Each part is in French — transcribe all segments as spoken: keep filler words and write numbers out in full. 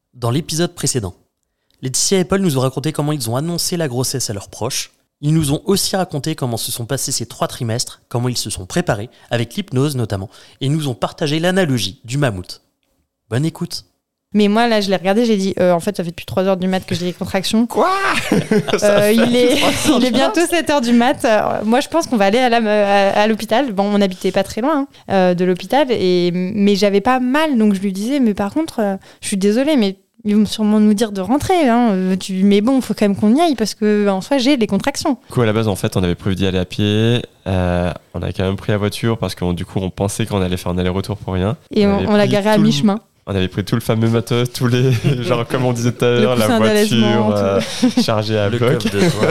Dans l'épisode précédent, Laetitia et Paul nous ont raconté comment ils ont annoncé la grossesse à leurs proches. Ils nous ont aussi raconté comment se sont passés ces trois trimestres, comment ils se sont préparés, avec l'hypnose notamment, et nous ont partagé l'analogie du mammouth. Bonne écoute. Mais moi, là, je l'ai regardé, j'ai dit, euh, en fait, ça fait depuis trois heures du mat que j'ai des contractions. Quoi euh, il, est, il est bientôt sept heures du mat. Euh, moi, je pense qu'on va aller à, la, à, à l'hôpital. Bon, on n'habitait pas très loin hein, euh, de l'hôpital, et, mais j'avais pas mal, donc je lui disais, mais par contre, euh, je suis désolée, mais ils vont sûrement nous dire de rentrer. Hein. Tu, mais bon, il faut quand même qu'on y aille, parce qu'en soi, j'ai des contractions. Du coup, à la base, en fait, on avait prévu d'y aller à pied. Euh, on a quand même pris la voiture, parce que du coup, on pensait qu'on allait faire un aller-retour pour rien. Et on, on, on l'a garé à mi-chemin. Le... On avait pris tout le fameux matos, tous les, genre comme on disait tout à l'heure, la voiture euh, chargée à bloc.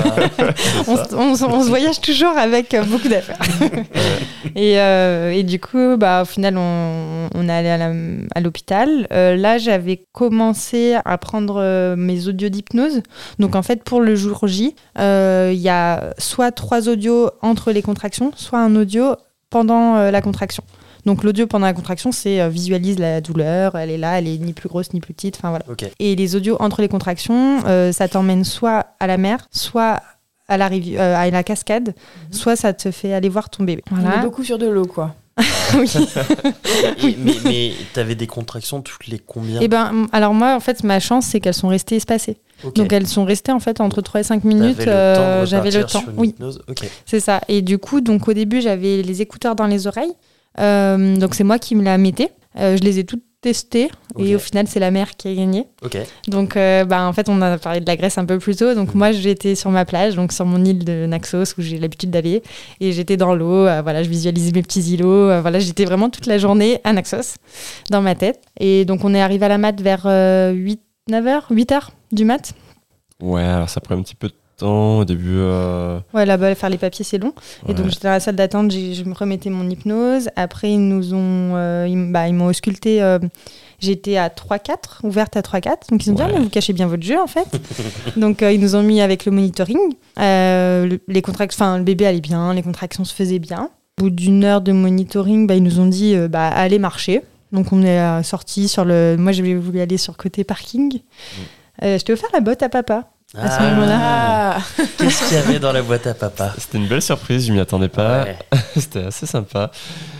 on, on, on se voyage toujours avec beaucoup d'affaires. Ouais. et, euh, et du coup, bah, au final, on, on est allé à, la, à l'hôpital. Euh, là, j'avais commencé à prendre euh, mes audios d'hypnose. Donc, en fait, pour le jour J, il euh, y a soit trois audios entre les contractions, soit un audio pendant euh, la contraction. Donc l'audio pendant la contraction, c'est euh, visualise la douleur, elle est là, elle est ni plus grosse ni plus petite, enfin voilà. Okay. Et les audios entre les contractions, euh, ça t'emmène soit à la mer, soit à la, rivi- euh, à la cascade, mmh. soit ça te fait aller voir ton bébé. Voilà. On est beaucoup sur de l'eau, quoi. oui. Et, mais, mais t'avais des contractions toutes les combien ? Eh ben, alors moi, en fait, ma chance, c'est qu'elles sont restées espacées. Okay. Donc elles sont restées en fait entre trois et cinq minutes. Le euh, j'avais le temps. Oui. Okay. C'est ça. Et du coup, donc au début, j'avais les écouteurs dans les oreilles. Euh, donc c'est moi qui me la mettais. Euh, je les ai toutes testées okay. et au final c'est la mère qui a gagné. Okay. Donc euh, bah, en fait on a parlé de la Grèce un peu plus tôt. Donc mmh. moi j'étais sur ma plage, donc sur mon île de Naxos où j'ai l'habitude d'aller et j'étais dans l'eau. Euh, voilà, je visualisais mes petits îlots. Euh, voilà, j'étais vraiment toute la journée à Naxos dans ma tête. Et donc on est arrivé à la mat vers euh, huit, neuf heures, huit heures du mat. Ouais, alors ça prend un petit peu de temps au début. Euh... Ouais, là-bas, faire les papiers, c'est long. Ouais. Et donc, j'étais dans la salle d'attente, j'ai, je me remettais mon hypnose. Après, ils nous ont, euh, ils, bah, ils m'ont ausculté. Euh, j'étais à trois quatre, ouverte à trois quatre. Donc, ils ont dit, ouais. ah, mais vous cachez bien votre jeu, en fait. donc, euh, ils nous ont mis avec le monitoring. Euh, le, les contract- enfin, le bébé allait bien, les contractions se faisaient bien. Au bout d'une heure de monitoring, bah, ils nous ont dit, euh, bah, allez marcher. Donc, on est euh, sortis sur le. Moi, j'avais voulu aller sur côté parking. Mmh. Euh, je t'ai offert la botte à papa. À ce ah, moment-là. Qu'est-ce qu'il y avait dans la boîte à papa ? C'était une belle surprise, je m'y attendais pas. Ouais. C'était assez sympa.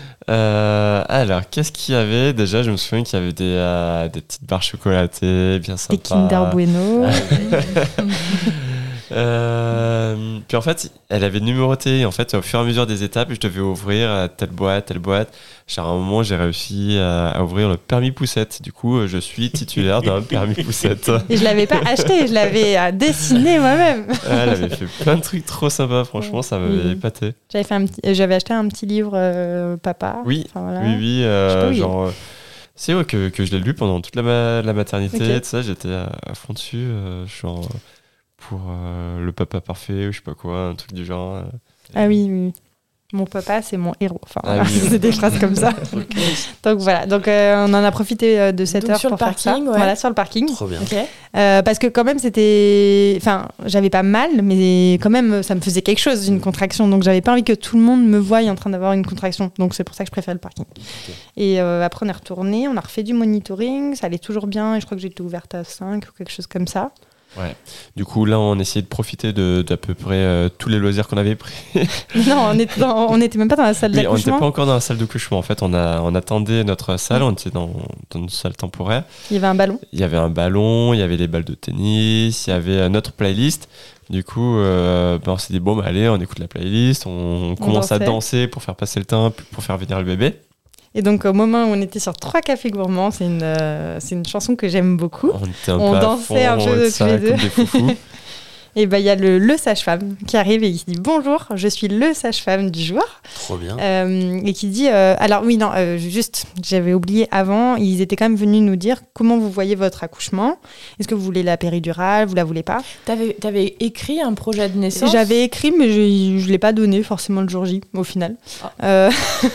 Euh, alors, qu'est-ce qu'il y avait ? Déjà, je me souviens qu'il y avait des, euh, des petites barres chocolatées, bien sympas. Des Kinder Bueno. euh, puis en fait, elle avait numéroté. En fait, au fur et à mesure des étapes, je devais ouvrir telle boîte, telle boîte. À un moment, j'ai réussi à, à ouvrir le permis poussette. Du coup, je suis titulaire d'un permis poussette. Et je l'avais pas acheté, je l'avais dessiné moi-même. Elle avait fait plein de trucs trop sympas. Franchement, ça m'avait oui. épaté. J'avais fait un petit, j'avais acheté un petit livre euh, papa. Oui, enfin, voilà. oui, oui. Euh, genre, euh, c'est ouais, que que je l'ai lu pendant toute la, ma- la maternité. Okay. Tout ça, j'étais à, à fond dessus. Euh, genre pour euh, le papa parfait ou je sais pas quoi, un truc du genre. Euh, ah oui, oui. Mon papa, c'est mon héros. Enfin, ah voilà, oui. c'est des phrases comme ça. Donc voilà, donc euh, on en a profité euh, de cette Donc, heure sur pour le faire parking, ça. Ouais. Voilà, sur le parking. Trop bien. Okay. Euh, parce que quand même, c'était, enfin, j'avais pas mal, mais quand même, ça me faisait quelque chose, une contraction. Donc j'avais pas envie que tout le monde me voie en train d'avoir une contraction. Donc c'est pour ça que je préfère le parking. Okay. Et euh, après, on est retourné, on a refait du monitoring, ça allait toujours bien. Et je crois que j'étais ouverte à cinq ou quelque chose comme ça. Ouais. Du coup, là, on essayait de profiter de, d'à peu près euh, tous les loisirs qu'on avait pris. non, on était, dans, on était même pas dans la salle oui, d'accouchement. On n'était pas encore dans la salle d'accouchement. En fait, on, a, on attendait notre salle, on était dans, dans une salle temporaire. Il y avait un ballon. Il y avait un ballon, il y avait les balles de tennis, il y avait notre playlist. Du coup, euh, ben on s'est dit, bon, bah, allez, on écoute la playlist, on, on commence dansait. à danser pour faire passer le temps, pour faire venir le bébé. Et donc, au moment où on était sur Trois Cafés Gourmands, c'est une, euh, c'est une chanson que j'aime beaucoup. On, était un on peu dansait à un fond, peu tous les deux. Des foufous. Et bien, bah, il y a le, le sage-femme qui arrive et qui dit « Bonjour, je suis le sage-femme du jour ». Trop bien. Euh, et qui dit... Euh, alors oui, non, euh, juste, j'avais oublié avant, ils étaient quand même venus nous dire comment vous voyez votre accouchement. Est-ce que vous voulez la péridurale, vous la voulez pas ? T'avais, t'avais écrit un projet de naissance ? J'avais écrit, mais je ne l'ai pas donné forcément le jour J, au final. Ah. Euh,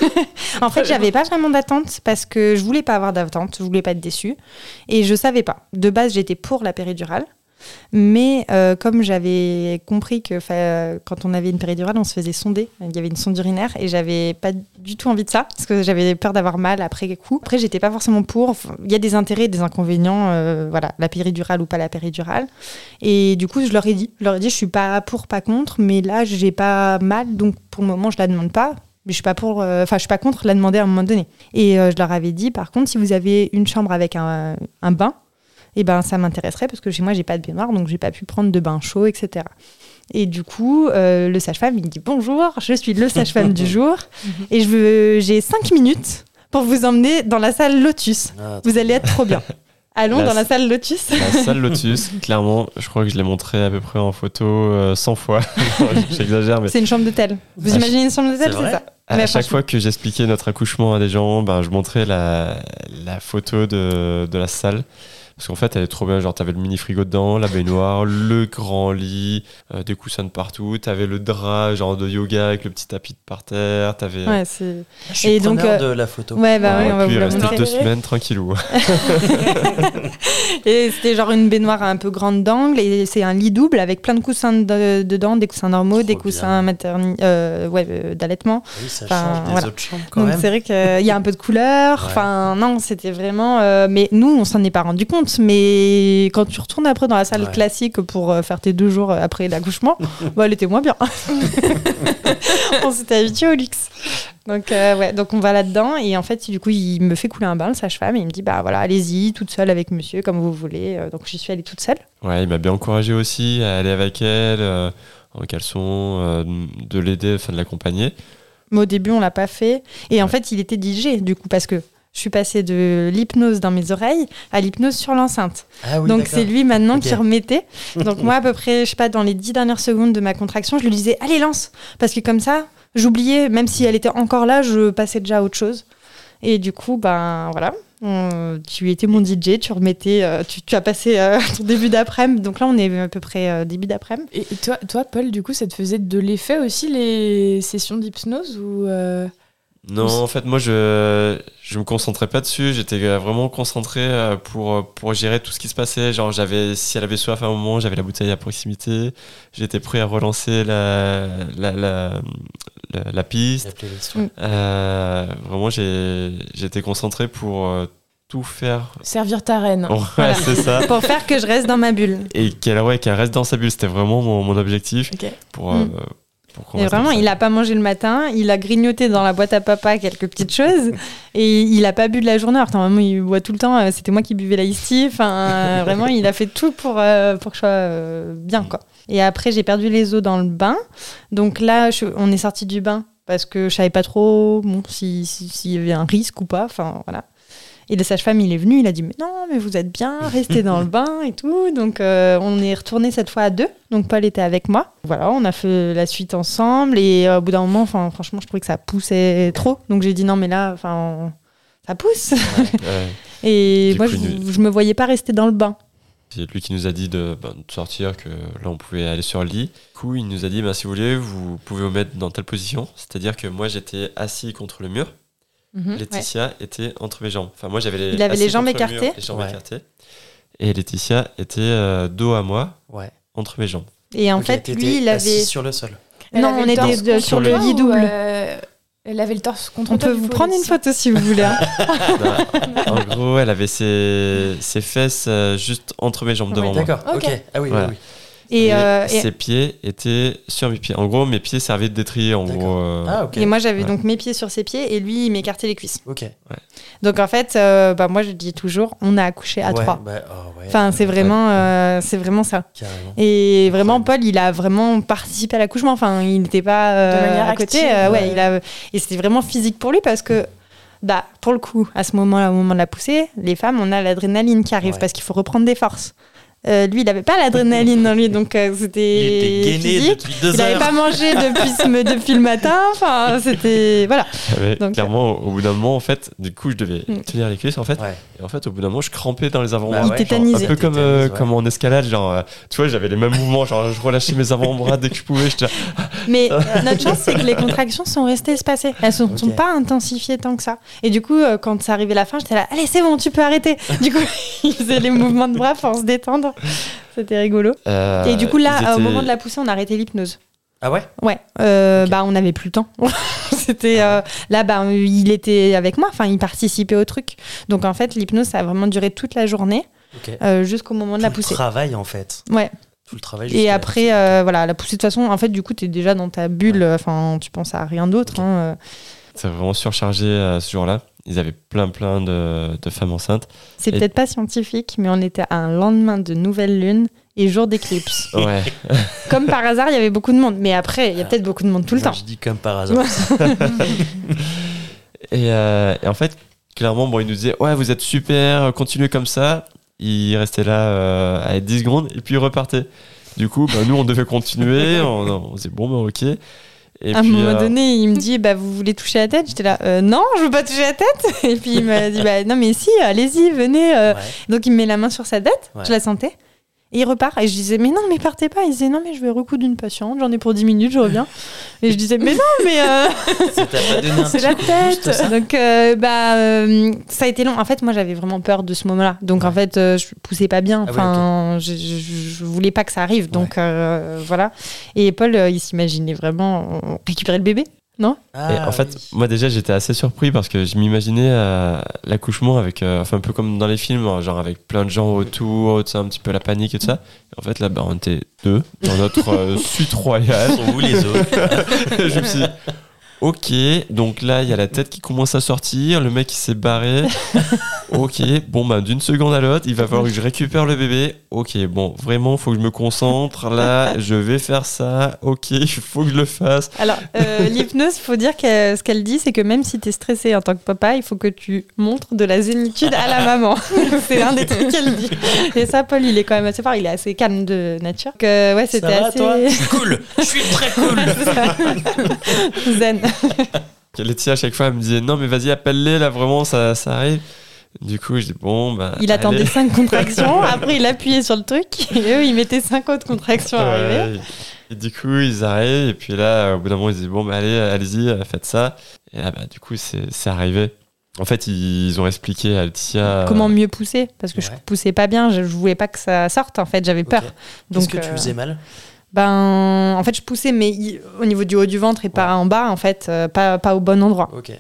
en fait, j'avais pas vraiment d'attente parce que je voulais pas avoir d'attente, je voulais pas être déçue. Et je savais pas. De base, j'étais pour la péridurale. Mais euh, comme j'avais compris que fa- quand on avait une péridurale, on se faisait sonder. Il y avait une sonde urinaire et j'avais pas du tout envie de ça parce que j'avais peur d'avoir mal après coup. Après, j'étais pas forcément pour. Enfin, il y a des intérêts et des inconvénients. Euh, voilà, la péridurale ou pas la péridurale. Et du coup, je leur ai dit, je leur ai dit, je suis pas pour, pas contre, mais là, j'ai pas mal, donc pour le moment, je la demande pas. Mais je suis pas pour, enfin, euh, je suis pas contre la demander à un moment donné. Et euh, je leur avais dit, par contre, si vous avez une chambre avec un, un bain, eh ben, ça m'intéresserait parce que chez moi, j'ai pas de baignoire, donc j'ai pas pu prendre de bain chaud, et cetera. Et du coup, euh, le sage-femme, il me dit bonjour, je suis le sage-femme du jour, et je veux, j'ai cinq minutes pour vous emmener dans la salle Lotus. Ah, vous allez être trop bien. Allons la, dans la salle Lotus. La salle Lotus, clairement, je crois que je l'ai montré à peu près en photo euh, cent fois. J'exagère, mais c'est une chambre d'hôtel. Vous ah, imaginez une chambre d'hôtel, c'est, c'est ça. À, à chaque fois que j'expliquais notre accouchement à des gens, ben, je montrais la, la photo de, de la salle. Parce qu'en fait, elle est trop bien. Genre, t'avais le mini frigo dedans, la baignoire, le grand lit, euh, des coussins de partout. T'avais le drap, genre de yoga avec le petit tapis par terre. T'avais. Ouais, c'est. Je suis et donc euh... de la photo. Ouais, bah ouais, ouais, on va puis vous il la restait montrer. deux semaines tranquillou. Et c'était genre une baignoire un peu grande d'angle et c'est un lit double avec plein de coussins de, dedans, des coussins normaux, trop des coussins materni- euh, ouais, euh, d'allaitement. Oui, ça enfin, change des voilà. autres chambres quand donc même. C'est vrai qu'il y a un peu de couleur. Enfin, ouais. Non, c'était vraiment. Euh, mais nous, on s'en est pas rendu compte. Mais quand tu retournes après dans la salle ouais. classique pour faire tes deux jours après l'accouchement, bah, elle était moins bien. On s'était habitué au luxe. Donc, euh, ouais, donc on va là-dedans et en fait, du coup, il me fait couler un bain, le sage-femme, et il me dit, bah voilà, allez-y, toute seule avec monsieur, comme vous voulez. Donc j'y suis allée toute seule. Ouais, il m'a bien encouragé aussi à aller avec elle, euh, en caleçon, euh, de l'aider, enfin de l'accompagner. Mais au début, on l'a pas fait. Et ouais. En fait, il était D J, du coup, parce que je suis passée de l'hypnose dans mes oreilles à l'hypnose sur l'enceinte. Ah oui, donc d'accord. C'est lui maintenant okay. qui remettait. Donc moi, à peu près, je sais pas, dans les dix dernières secondes de ma contraction, je lui disais, allez, lance. Parce que comme ça, j'oubliais, même si elle était encore là, je passais déjà à autre chose. Et du coup, ben voilà, on, tu étais mon D J, tu remettais, euh, tu, tu as passé euh, ton début d'après-midi. Donc là, on est à peu près euh, début d'après-midi. Et, et toi, toi, Paul, du coup, ça te faisait de l'effet aussi les sessions d'hypnose ou euh... Non, en fait, moi, je je me concentrais pas dessus. J'étais vraiment concentré pour pour gérer tout ce qui se passait. Genre, j'avais, si elle avait soif à un moment, j'avais la bouteille à proximité. J'étais prêt à relancer la la la la, la piste. La playlist, ouais. euh, vraiment, j'ai j'étais concentré pour euh, tout faire. Servir ta reine. Ouais, voilà. C'est ça. Pour faire que je reste dans ma bulle. Et qu'elle ouais, qu'elle reste dans sa bulle. C'était vraiment mon mon objectif. Okay. Pour mm. euh, Et vraiment, il n'a pas mangé le matin, il a grignoté dans la boîte à papa quelques petites choses et il n'a pas bu de la journée. Alors, normalement, il boit tout le temps. C'était moi qui buvais la iced tea. Enfin, euh, vraiment, il a fait tout pour, euh, pour que je sois euh, bien, quoi. Et après, j'ai perdu les os dans le bain. Donc là, je, on est sorti du bain parce que je savais pas trop bon, si, si, s'il y avait un risque ou pas. Enfin, voilà. Et le sage-femme, il est venu, il a dit « Mais non, mais vous êtes bien, restez dans le bain et tout. » Donc, euh, on est retourné cette fois à deux. Donc, Paul était avec moi. Voilà, on a fait la suite ensemble. Et euh, au bout d'un moment, franchement, je trouvais que ça poussait trop. Donc, j'ai dit « Non, mais là, ça pousse. Ouais, » ouais. Et du moi, coup, je, nous... je me voyais pas rester dans le bain. C'est lui qui nous a dit de, ben, de sortir, que là, on pouvait aller sur le lit. Du coup, il nous a dit ben, « Si vous voulez, vous pouvez vous mettre dans telle position. » C'est-à-dire que moi, j'étais assis contre le mur. Mmh, Laetitia ouais. était entre mes jambes. Enfin, moi, j'avais les, Il avait les jambes écartées. Mur, les jambes ouais. écartées. Et Laetitia était euh, dos à moi, ouais. entre mes jambes. Et en okay, fait, lui, il avait. Assis sur le sol. Elle non, on était de, sur le lit double. Euh, elle avait le torse contre. On peut vous prendre une photo si vous voulez. Hein. Non, en gros, elle avait ses, ses fesses euh, juste entre mes jambes ouais, devant d'accord. moi. D'accord. Ok. Ah oui, voilà. oui. oui. Et, et euh, ses et... pieds étaient sur mes pieds. En gros, mes pieds servaient de d'étrier. En gros, euh... ah, okay. Et moi, j'avais ouais. donc mes pieds sur ses pieds et lui, il m'écartait les cuisses. Ok. Ouais. Donc en fait, euh, bah, moi, je dis toujours, on a accouché à ouais, trois. Bah, oh, ouais, enfin, c'est vraiment, ouais. euh, c'est vraiment ça. Carrément. Et vraiment, ouais. Paul, il a vraiment participé à l'accouchement. Enfin, il n'était pas euh, de manière à côté. active, euh, ouais, ouais. il a... Et c'était vraiment physique pour lui parce que. Bah, pour le coup, à ce moment-là, au moment de la poussée, les femmes, on a l'adrénaline qui arrive ouais. parce qu'il faut reprendre des forces. Euh, lui, il n'avait pas l'adrénaline dans lui, donc euh, c'était. Il était gainé physique. depuis deux il heures. Il n'avait pas mangé depuis, ce, depuis le matin. Enfin, c'était voilà. Ouais, donc, clairement, euh... au bout d'un moment, en fait, du coup, je devais mm. tenir les cuisses, en fait. Ouais. Et en fait, au bout d'un moment, je crampais dans les avant-bras. Bah ouais, il tétanisait. Un peu comme, euh, ouais. comme en escalade, genre, euh, tu vois, j'avais les mêmes mouvements, genre, je relâchais mes avant-bras dès que je pouvais. Je Mais notre chance, c'est que les contractions sont restées espacées. Elles ne sont, okay. sont pas intensifiées tant que ça. Et du coup, euh, quand ça arrivait à la fin, j'étais là, allez, c'est bon, tu peux arrêter. Du coup, il faisait les mouvements de bras pour se détendre. C'était rigolo. Euh, Et du coup, là, ils au étaient- moment de la poussée, on a arrêté l'hypnose. Ah ouais? Ouais, euh, Ok. bah on n'avait plus le temps. C'était Ah euh, là, bah il était avec moi, enfin il participait au truc. Donc en fait, l'hypnose ça a vraiment duré toute la journée Ok. euh, jusqu'au moment de Tout la le poussée. travail en fait. Ouais. Tout le travail. Et jusqu'à la après, poussée. euh, voilà, la poussée de toute façon, en fait, du coup, t'es déjà dans ta bulle. Enfin, tu penses à rien d'autre. Ok. Hein, euh. C'est vraiment surchargé euh, ce jour-là. Ils avaient plein plein de, de femmes enceintes. C'est Et- peut-être pas scientifique, mais on était à un lendemain de nouvelle lune et jour d'éclipse. Ouais. Comme par hasard, il y avait beaucoup de monde. Mais après, il y a Ah. peut-être beaucoup de monde tout le Moi, temps. Je dis comme par hasard. Et, euh, et en fait, clairement, bon, ils nous disaient ouais, vous êtes super, continuez comme ça. Ils restaient là euh, à dix secondes et puis ils repartaient. Du coup, bah, nous, on devait continuer. on, on disait bon, bah ok. Et à un puis, moment euh, donné, il me dit bah vous voulez toucher la tête? J'étais là euh, non, je veux pas toucher la tête. Et puis il m'a dit bah non mais si, allez-y, venez. euh. Ouais. Donc il me met la main sur sa tête, Ouais. je la sentais. Et il repart. Et je disais, mais non, mais partez pas. Il disait, non, mais je vais recoudre une patiente. J'en ai pour dix minutes, je reviens. Et je disais, mais non, mais euh, Ça t'a pas donné un c'est petit la coup de boost, tête. ça Donc, euh, bah, euh, ça a été long. En fait, moi, j'avais vraiment peur de ce moment-là. Donc, en Ouais. fait, euh, je poussais pas bien. Ah ouais, Enfin, je, je, je voulais pas que ça arrive. Donc, euh, voilà. Et Paul, euh, il s'imaginait vraiment euh, récupérer le bébé. Non? Ah, Et en fait, oui. moi déjà j'étais assez surpris parce que je m'imaginais euh, l'accouchement avec, euh, enfin un peu comme dans les films, hein, genre avec plein de gens autour, tu sais, un petit peu la panique et tout ça. Et en fait là, bah, on était deux dans notre euh, suite royale. Sont où les autres? Je me suis dit, ok, donc là il y a la tête qui commence à sortir, le mec il s'est barré. Ok, bon bah d'une seconde à l'autre, il va falloir que je récupère le bébé. Ok, bon, vraiment, faut que je me concentre. Là, je vais faire ça. Ok, il faut que je le fasse. Alors, euh, l'hypnose, faut dire que ce qu'elle dit, c'est que même si tu es stressé en tant que papa, il faut que tu montres de la zénitude à la maman. C'est un des trucs qu'elle dit. Et ça, Paul, il est quand même assez fort. Il est assez calme de nature. Donc, euh, ouais, Ça c'était va, assez toi? Je suis cool. Je suis très cool. zen. Laetitia, à chaque fois, elle me disait non, mais vas-y, appelle-les, là, vraiment, ça, ça arrive. Du coup, je dis bon, bah. Il attendait allez. cinq contractions. Après, il appuyait sur le truc. Et eux, ils mettaient cinq autres contractions à arriver. Ouais. Et du coup, ils arrivent, et puis là, au bout d'un moment, ils disent bon, bah, allez, allez-y, euh, faites ça. Et là, bah, du coup, c'est c'est arrivé. En fait, ils ont expliqué à Laetitia. Comment mieux pousser? Parce que je Ouais. poussais pas bien. Je, je voulais pas que ça sorte. En fait, j'avais peur. Ok. Donc, Qu'est-ce que tu euh, faisais mal? Ben, en fait, je poussais, mais il- au niveau du haut du ventre et pas en bas, en fait, euh, pas, pas au bon endroit. Ok.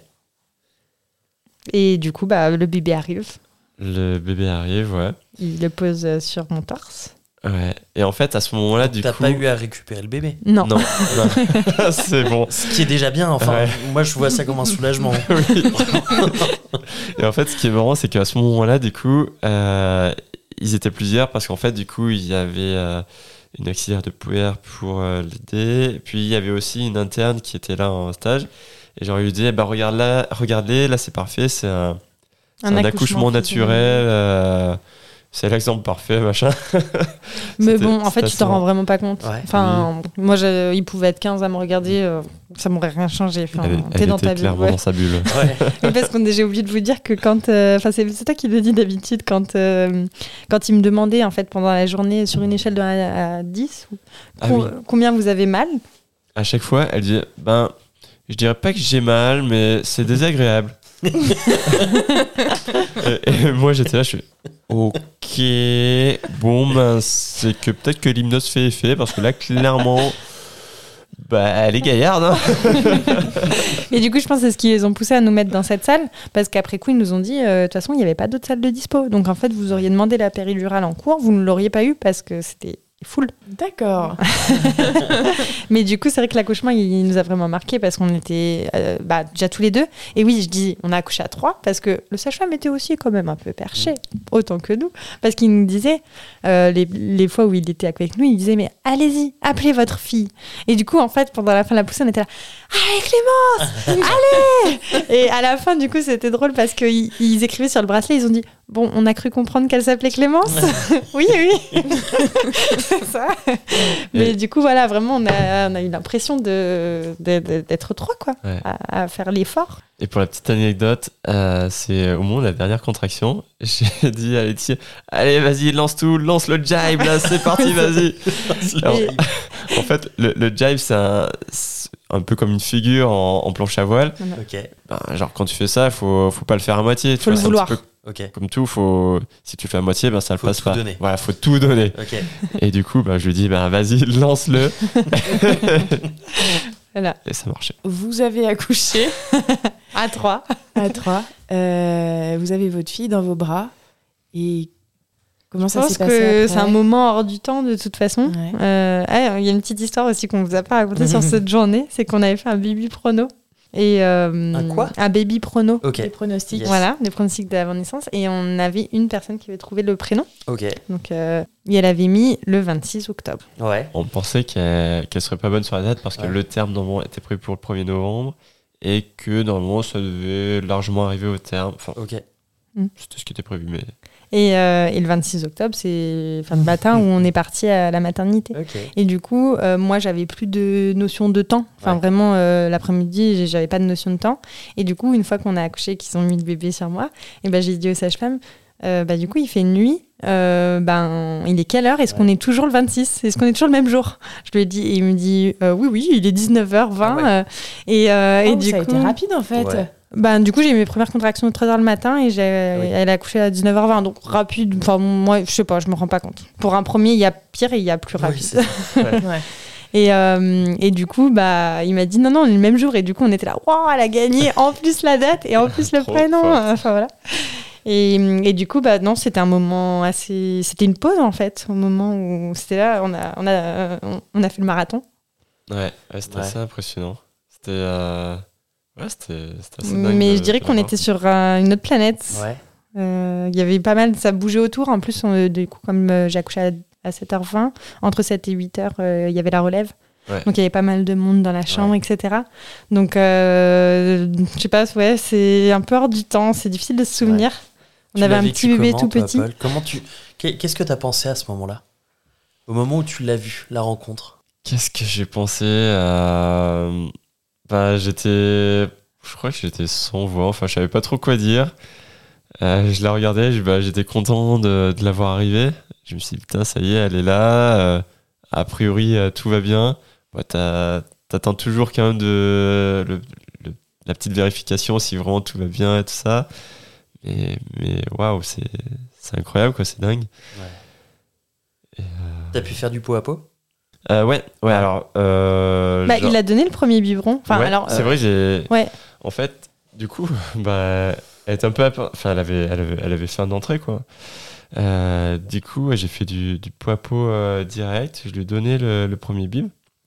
Et du coup, bah, le bébé arrive. Le bébé arrive, ouais. Il le pose euh, sur mon torse. Ouais. Et en fait, à ce moment-là, Donc, du T'as coup. pas eu à récupérer le bébé. Non. Non, non. C'est bon. Ce qui est déjà bien. Enfin, Ouais. moi, je vois ça comme un soulagement. Oui. Et en fait, ce qui est marrant, c'est qu'à ce moment-là, du coup, euh, ils étaient plusieurs parce qu'en fait, du coup, il y avait euh, une auxiliaire de puère pour euh, l'aider. Et puis, il y avait aussi une interne qui était là en stage. Et genre, il lui disait, bah, regarde là, regarde-les, là, c'est parfait, c'est un, c'est un, accouchement, naturel. euh, c'est l'exemple parfait, machin. Mais C'était- bon, en fait, c'était tu t'en assez rends vraiment pas compte. Ouais. Enfin, moi, je, il pouvait être quinze à me regarder, euh, ça m'aurait rien changé. Enfin, Elle, t'es elle dans était ta bulle. clairement Ouais. dans sa bulle. Ouais. Oui, parce qu'on j'ai oublié de vous dire que quand, euh, enfin, c'est, c'est toi qui le dis d'habitude, quand, euh, quand il me demandait en fait pendant la journée sur une échelle de un à dix, Ah com- oui. combien vous avez mal. À chaque fois, elle dit, ben, je dirais pas que j'ai mal, mais c'est désagréable. et, et moi, j'étais là, je suis, ok, bon, ben, c'est que peut-être que l'hypnose fait effet, parce que là, clairement, bah, elle est gaillarde. Hein. Et du coup, je pense que c'est ce qui les ont poussés à nous mettre dans cette salle, parce qu'après coup, ils nous ont dit, euh, de toute façon, il n'y avait pas d'autre salle de dispo. Donc en fait, vous auriez demandé la péridurale en cours, vous ne l'auriez pas eu parce que c'était full. D'accord. Mais du coup, c'est vrai que l'accouchement, il nous a vraiment marqué parce qu'on était euh, bah, déjà tous les deux. Et oui, je dis, on a accouché à trois parce que le sage-femme était aussi quand même un peu perché, autant que nous. Parce qu'il nous disait, euh, les, les fois où il était avec nous, il disait, mais allez-y, appelez votre fille. Et du coup, en fait, pendant la fin de la poussée, on était là, allez Clémence, allez. Et à la fin, du coup, c'était drôle parce qu'ils ils écrivaient sur le bracelet, ils ont dit, bon, on a cru comprendre qu'elle s'appelait Clémence. Oui, oui. C'est ça. Mais Et- du coup, voilà, vraiment, on a, on a eu l'impression de, de- de- d'être trois, quoi, Ouais. à, à faire l'effort. Et pour la petite anecdote, euh, c'est au moment de la dernière contraction, j'ai dit à Laetitia, allez, vas-y, lance tout, lance le jibe, là, c'est parti, vas-y. Alors, Et- en fait, le, le jibe, c'est un, c'est un peu comme une figure en, en planche à voile. Ok. Ben, genre, quand tu fais ça, faut, faut pas le faire à moitié. Tu Faut vois, le c'est un vouloir. petit peu Ok. Comme tout, faut, si tu fais à moitié, ben, ça le Faut passe tout pas. donner. Voilà, faut tout donner. Ok. Et du coup, ben, je lui dis, ben, vas-y, lance-le. Voilà. Et ça marchait. Vous avez accouché À trois. à trois. Euh, vous avez votre fille dans vos bras. Et comment Je ça pense s'est passé que après c'est un moment hors du temps de toute façon. Ouais. Euh, ah, il y a une petite histoire aussi qu'on vous a pas racontée sur cette journée, c'est qu'on avait fait un baby prono. Et, euh, Un quoi Un baby prono. Ok. Les pronostics. Yes. Voilà, des pronostics d'avant-naissance. Et on avait une personne qui avait trouvé le prénom. Ok. Donc, euh, et elle avait mis le vingt-six octobre. Ouais. On pensait qu'elle qu'elle serait pas bonne sur la date parce que Ouais. le terme, normalement, était prévu pour le premier novembre et que, normalement, ça devait largement arriver au terme. Enfin, Ok. c'était ce qui était prévu, mais... Et, euh, et le vingt-six octobre, c'est enfin, le matin où on est parti à la maternité. Ok. Et du coup, euh, moi, j'avais plus de notion de temps. Enfin, Ouais. vraiment, euh, l'après-midi, j'ai- j'avais pas de notion de temps. Et du coup, une fois qu'on a accouché, qu'ils ont mis le bébé sur moi, et ben, j'ai dit aux sages-femmes, euh, bah, du coup, il fait nuit. Euh, ben, il est quelle heure? Est-ce Ouais. qu'on est toujours le vingt-six? Est-ce qu'on est toujours le même jour? Je lui ai dit, et il me dit, euh, oui, oui, il est dix-neuf heures vingt. Ah ouais. euh, et, euh, Ah, et oui, du ça a coup, été rapide en fait. Ouais. ben, du coup, j'ai eu mes premières contractions à trois heures le matin et j'ai, Oui. elle a accouché à dix-neuf heures vingt. Donc, rapide. Enfin, moi, je sais pas, je me rends pas compte. Pour un premier, il y a pire et il y a plus Oui, rapide. c'est ça. Ouais. Ouais. Et, euh, et du coup, bah, il m'a dit non, non, on est le même jour. Et du coup, on était là, waouh, elle a gagné en plus la date et en plus le Trop prénom. forte. Enfin, voilà. Et, et du coup, bah, non, c'était un moment assez. C'était une pause en fait, au moment où c'était là, on a, on a, on a fait le marathon. Ouais, ouais, c'était Ouais. assez impressionnant. C'était... euh, Ouais, c'était c'était assez dingue. Mais de- je dirais de qu'on l'avoir. était sur euh, une autre planète. Ouais. Euh, Il y avait pas mal, ça bougeait autour. En plus, on- du coup, comme euh, j'ai accouché à, à sept heures vingt, entre sept et huit heures, euh, il y avait la relève. Ouais. Donc, il y avait pas mal de monde dans la chambre, Ouais. et cetera. Donc, euh, je sais pas, ouais, c'est un peu hors du temps. C'est difficile de se souvenir. On Tu avait l'as un vécu petit bébé comment, tout toi, petit. Paul Comment tu Qu'est- Qu'est-ce que tu as pensé à ce moment-là? Au moment où tu l'as vu, la rencontre. Qu'est-ce que j'ai pensé euh... Bah, j'étais... Je crois que j'étais sans voix. Enfin, je savais pas trop quoi dire. Euh, je la regardais, je- bah, j'étais content de, de la voir arriver. Je me suis dit, putain, ça y est, elle est là. Euh, a priori, euh, tout va bien. Bah, t'as- t'attends toujours quand même de, le- le- la petite vérification si vraiment tout va bien et tout ça. Mais, mais waouh, c'est c'est incroyable, quoi, c'est dingue. T'as pu faire du pot à pot? Euh, ouais, ouais, alors. Euh, Bah, genre- il a donné le premier biberon. Enfin, Ouais, alors, c'est euh, vrai, j'ai. ouais. En fait, du coup, bah, elle était un peu. app- Enfin, elle avait, elle avait, elle avait fait un entrée, quoi. Euh, du coup, ouais, j'ai fait du, du pot à pot euh, direct. Je lui ai donné le, le premier bib.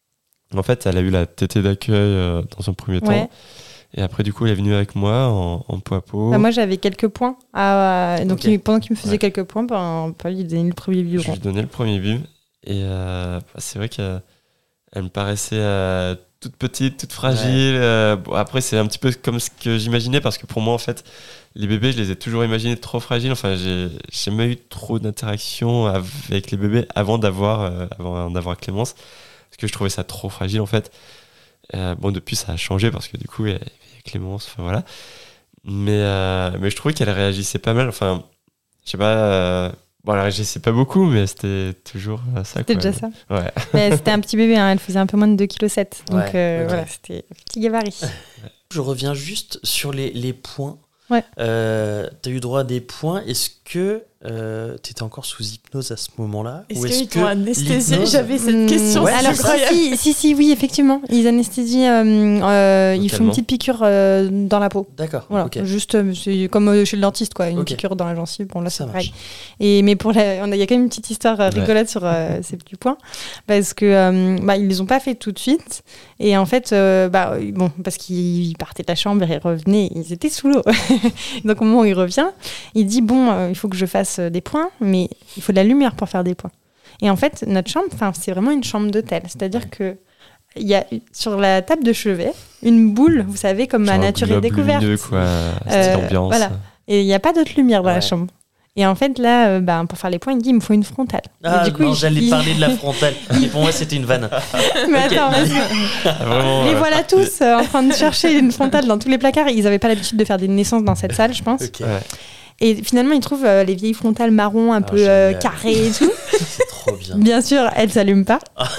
En fait, elle a eu la tétée d'accueil euh, dans un premier Ouais. temps. Et après, du coup, elle est venue avec moi en, en pot à pot. bah, moi, j'avais quelques points. À, donc, Ok. il- pendant qu'il me faisait Ouais. quelques points, ben, Paul, il donnait le premier Je biberon. lui ai donné le premier bib. Et euh, bah, c'est vrai qu'elle elle me paraissait euh, toute petite, toute fragile. Euh, bon, après, c'est un petit peu comme ce que j'imaginais, parce que pour moi, en fait, les bébés, je les ai toujours imaginés trop fragiles. Enfin, j'ai j'ai jamais eu trop d'interaction avec les bébés avant d'avoir euh, avant d'avoir Clémence, parce que je trouvais ça trop fragile, en fait. Euh, bon, depuis, ça a changé, parce que du coup, il y avait Clémence, enfin voilà. Mais, euh, mais je trouvais qu'elle réagissait pas mal. Enfin, je sais pas... euh, Bon, elle réagissait pas beaucoup, mais c'était toujours euh, ça. C'était quoi. déjà ça. Ouais. Mais c'était un petit bébé, hein, elle faisait un peu moins de deux virgule sept kilos. Donc Ouais, euh, ok. voilà, c'était petit gabarit. Je reviens juste sur les, les points. Ouais. Euh, tu as eu droit à des points. Est-ce que euh, tu étais encore sous hypnose à ce moment-là? Est-ce Ou qu'ils t'ont anesthésié? l'hypnose- J'avais cette Hmm, question, Ouais, c'est alors, incroyable. si, si, si, oui, effectivement. Ils anesthésient, euh, euh, ils font une Localement. petite piqûre euh, dans la peau. D'accord. Voilà, ok. juste euh, c'est comme euh, chez le dentiste, quoi, une Ok. piqûre dans la gencive. Bon, là, c'est Ça pareil. marche. Et, mais pour la, on a- il y a quand même une petite histoire euh, Ouais. rigolote sur euh, ces petits points. Parce que, euh, bah, ils les ont pas fait tout de suite. Et en fait, euh, bah, bon, parce qu'ils partaient de la chambre et ils revenaient, ils étaient sous l'eau. Donc, au moment où il revient, il dit bon, euh, il faut que je fasse euh, des points, mais il faut de la lumière pour faire des points. Et en fait, notre chambre, enfin, c'est vraiment une chambre d'hôtel. C'est-à-dire que il y a sur la table de chevet une boule, vous savez, comme Genre à un Nature et globe Découverte. lumineux, quoi. C'était Euh, l'ambiance. voilà. Et il n'y a pas d'autre lumière dans la Ouais. chambre. Et en fait, là, euh, bah, pour faire les points, il dit il me faut une frontale. Ah et du coup, non, il- j'allais il- parler de la frontale. Et pour moi, c'était une vanne. Mais attends, vas-y. Ah, vraiment, Les euh, voilà tous euh, en train de chercher une frontale dans tous les placards. Ils n'avaient pas l'habitude de faire des naissances dans cette salle, je pense. Ok. Ouais. Et finalement, ils trouvent euh, les vieilles frontales marron un Ah, peu euh, génial. carrées et tout. C'est trop bien. Bien sûr, elles s'allument pas.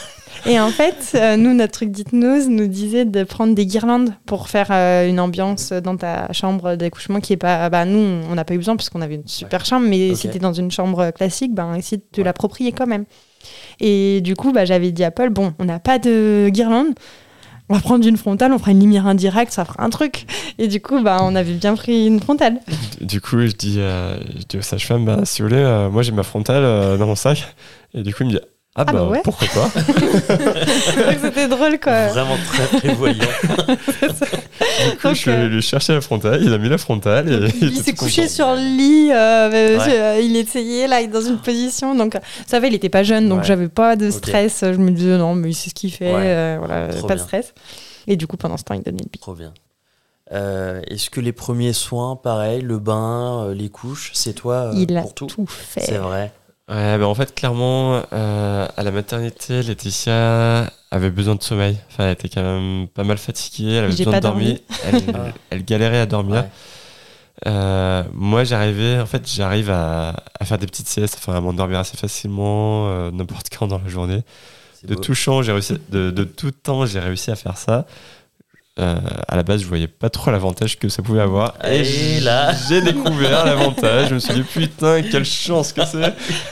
Et en fait, euh, nous, notre truc d'hypnose nous disait de prendre des guirlandes pour faire euh, une ambiance dans ta chambre d'accouchement qui est pas... Bah, nous, on n'a pas eu besoin parce qu'on avait une super ouais. chambre, mais okay. si t'es dans une chambre classique, ben, essaye de te ouais. l'approprier quand même. Et du coup, bah, j'avais dit à Paul, bon, on n'a pas de guirlande, on va prendre une frontale, on fera une lumière indirecte, ça fera un truc. Et du coup, bah, on avait bien pris une frontale. Du coup, je dis, euh, je dis aux sages-femmes, bah, si vous voulez, euh, moi j'ai ma frontale euh, dans mon sac. Et du coup, il me dit, ah, ah bah, bah ouais. pourquoi pas. C'était drôle, quoi. Vraiment très prévoyant. Du coup, okay. je vais lui chercher la frontale, il a mis la frontale. Et il s'est couché content. Sur le lit, euh, ouais. il essayait, là, dans une position. Donc, ça va, il était pas jeune, donc ouais. j'avais pas de stress. Okay. Je me disais, non, mais il sait ce qu'il fait, ouais. euh, voilà, Trop pas bien. De stress. Et du coup, pendant ce temps, il donnait le pic. Trop bien. Euh, est-ce que les premiers soins, pareil, le bain, euh, les couches, c'est toi euh, il pour a tout, tout fait. C'est vrai. Ouais, bah en fait, clairement, euh, à la maternité, Laetitia avait besoin de sommeil. Enfin, elle était quand même pas mal fatiguée, elle avait J'ai besoin pas de dormir. Elle, elle galérait à dormir. Ouais. Euh, moi, j'arrivais, en fait, j'arrive à, à faire des petites siestes, enfin, à m'endormir assez facilement, euh, n'importe quand dans la journée. C'est de beau. tout champ, j'ai réussi, de, de tout temps, j'ai réussi à faire ça. Euh, à la base, je voyais pas trop l'avantage que ça pouvait avoir. Et, et là, j'ai découvert l'avantage. Je me suis dit, putain, quelle chance que c'est.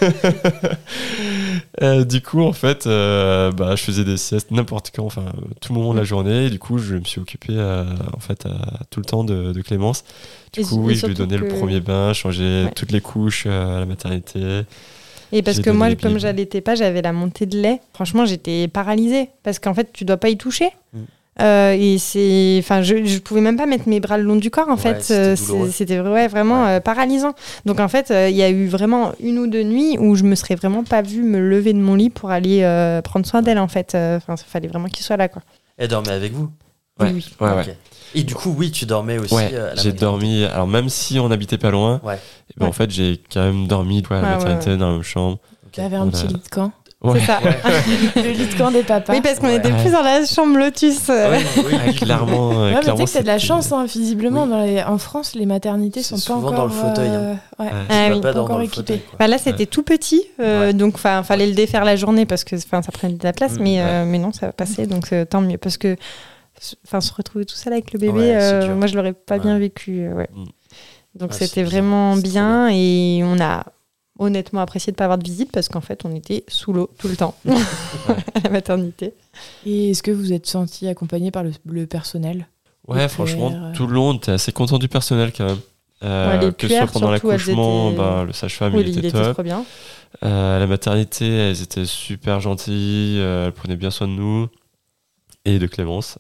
euh, du coup, en fait, euh, bah, je faisais des siestes n'importe quand, enfin, tout le moment de la journée. Et du coup, je me suis occupé, euh, en fait, à, tout le temps de, de Clémence. Du et coup, oui, je lui donnais que... le premier bain, changer ouais. toutes les couches euh, à la maternité. Et parce j'ai que moi, comme j'allaitais pas, j'avais la montée de lait. Franchement, j'étais paralysée. Parce qu'en fait, tu dois pas y toucher. Mm. Euh, et c'est, enfin, je, je pouvais même pas mettre mes bras le long du corps en ouais, fait. C'était, c'est, c'était ouais, vraiment ouais. Euh, paralysant. Donc en fait, il euh, y a eu vraiment une ou deux nuits où je me serais vraiment pas vue me lever de mon lit pour aller euh, prendre soin d'elle en fait. Enfin, il fallait vraiment qu'il soit là quoi. Elle dormait avec vous. Ouais. Oui. Ouais, okay. ouais. Et du coup, oui, tu dormais aussi. Ouais, euh, à la j'ai maternité. dormi. Alors même si on n'habitait pas loin, ouais. et ben, ouais. en fait, j'ai quand même dormi ouais, à la ah, maternité ouais, ouais. dans la même chambre. Tu avais un petit lit de camp. Ouais. C'est ça. Ouais. Le lit de camp des papas. Oui, parce qu'on ouais. était plus dans la chambre Lotus. Ouais, oui, ouais, clairement. Ouais, clairement mais tu sais que t'as de la chance, hein, visiblement. Oui. Dans les... En France, les maternités c'est sont pas souvent encore dans le fauteuil. Hein. Euh... Ouais. Ah, tu oui. pas pas encore dans le équipé. fauteuil, quoi. Bah là, c'était ouais. tout petit, euh, ouais. donc il fallait le défaire la journée parce que ça prenait de la place, mmh, mais, ouais. euh, mais non, ça va passer, donc euh, tant mieux. Parce que se retrouver tout seul avec le bébé, ouais, euh, moi, je l'aurais pas ouais. bien vécu. Ouais. Mmh. Donc ouais, c'était vraiment bien, bien et on a honnêtement apprécié de ne pas avoir de visite parce qu'en fait, on était sous l'eau tout le temps ouais. à la maternité. Et est-ce que vous êtes senti accompagné par le, le personnel? Ouais, franchement, euh... tout le long, on était assez content du personnel quand même. Euh, ouais, que ce soit pendant surtout, l'accouchement, étaient... bah, le sage-femme, oui, il, il était, était top. trop bien. Euh, à la maternité, elles étaient super gentilles, euh, elles prenaient bien soin de nous et de Clémence.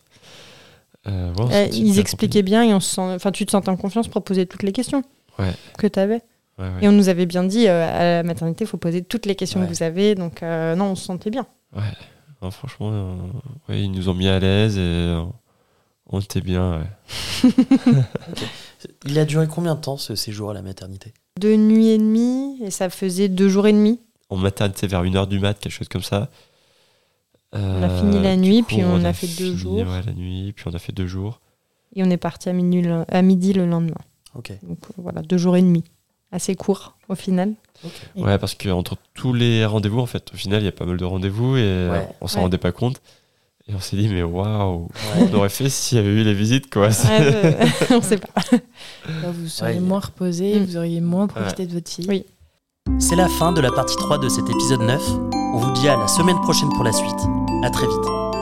Euh, ouais, euh, ils expliquaient bien et on se sent... enfin, tu te sentais en confiance pour poser toutes les questions ouais. que tu avais. Ouais, ouais. Et on nous avait bien dit, euh, à la maternité, il faut poser toutes les questions ouais. que vous avez. Donc, euh, non, on se sentait bien. Ouais, non, franchement, euh, ouais, ils nous ont mis à l'aise et euh, on était bien. Ouais. Okay. Il a duré combien de temps ce séjour à la maternité? Deux nuits et demie, et ça faisait deux jours et demi. En maternité, vers une heure du mat, quelque chose comme ça. Euh, on a fini la nuit, coup, puis on, on a, a fait fini, deux jours. Ouais, la nuit, puis on a fait deux jours. Et on est parti à, minuit, à midi le lendemain. Ok. Donc voilà, deux jours et demi. Assez court au final. Okay. Ouais, parce qu'entre tous les rendez-vous, en fait, au final, il y a pas mal de rendez-vous et ouais. on s'en ouais. rendait pas compte. Et on s'est dit, mais waouh, ouais. on aurait fait s'il y avait eu les visites, quoi. Ouais, on sait pas. Là, vous seriez ouais. moins reposé, mmh. vous auriez moins profité ouais. de votre fille. Oui. C'est la fin de la partie trois de cet épisode neuf. On vous dit à la semaine prochaine pour la suite. À très vite.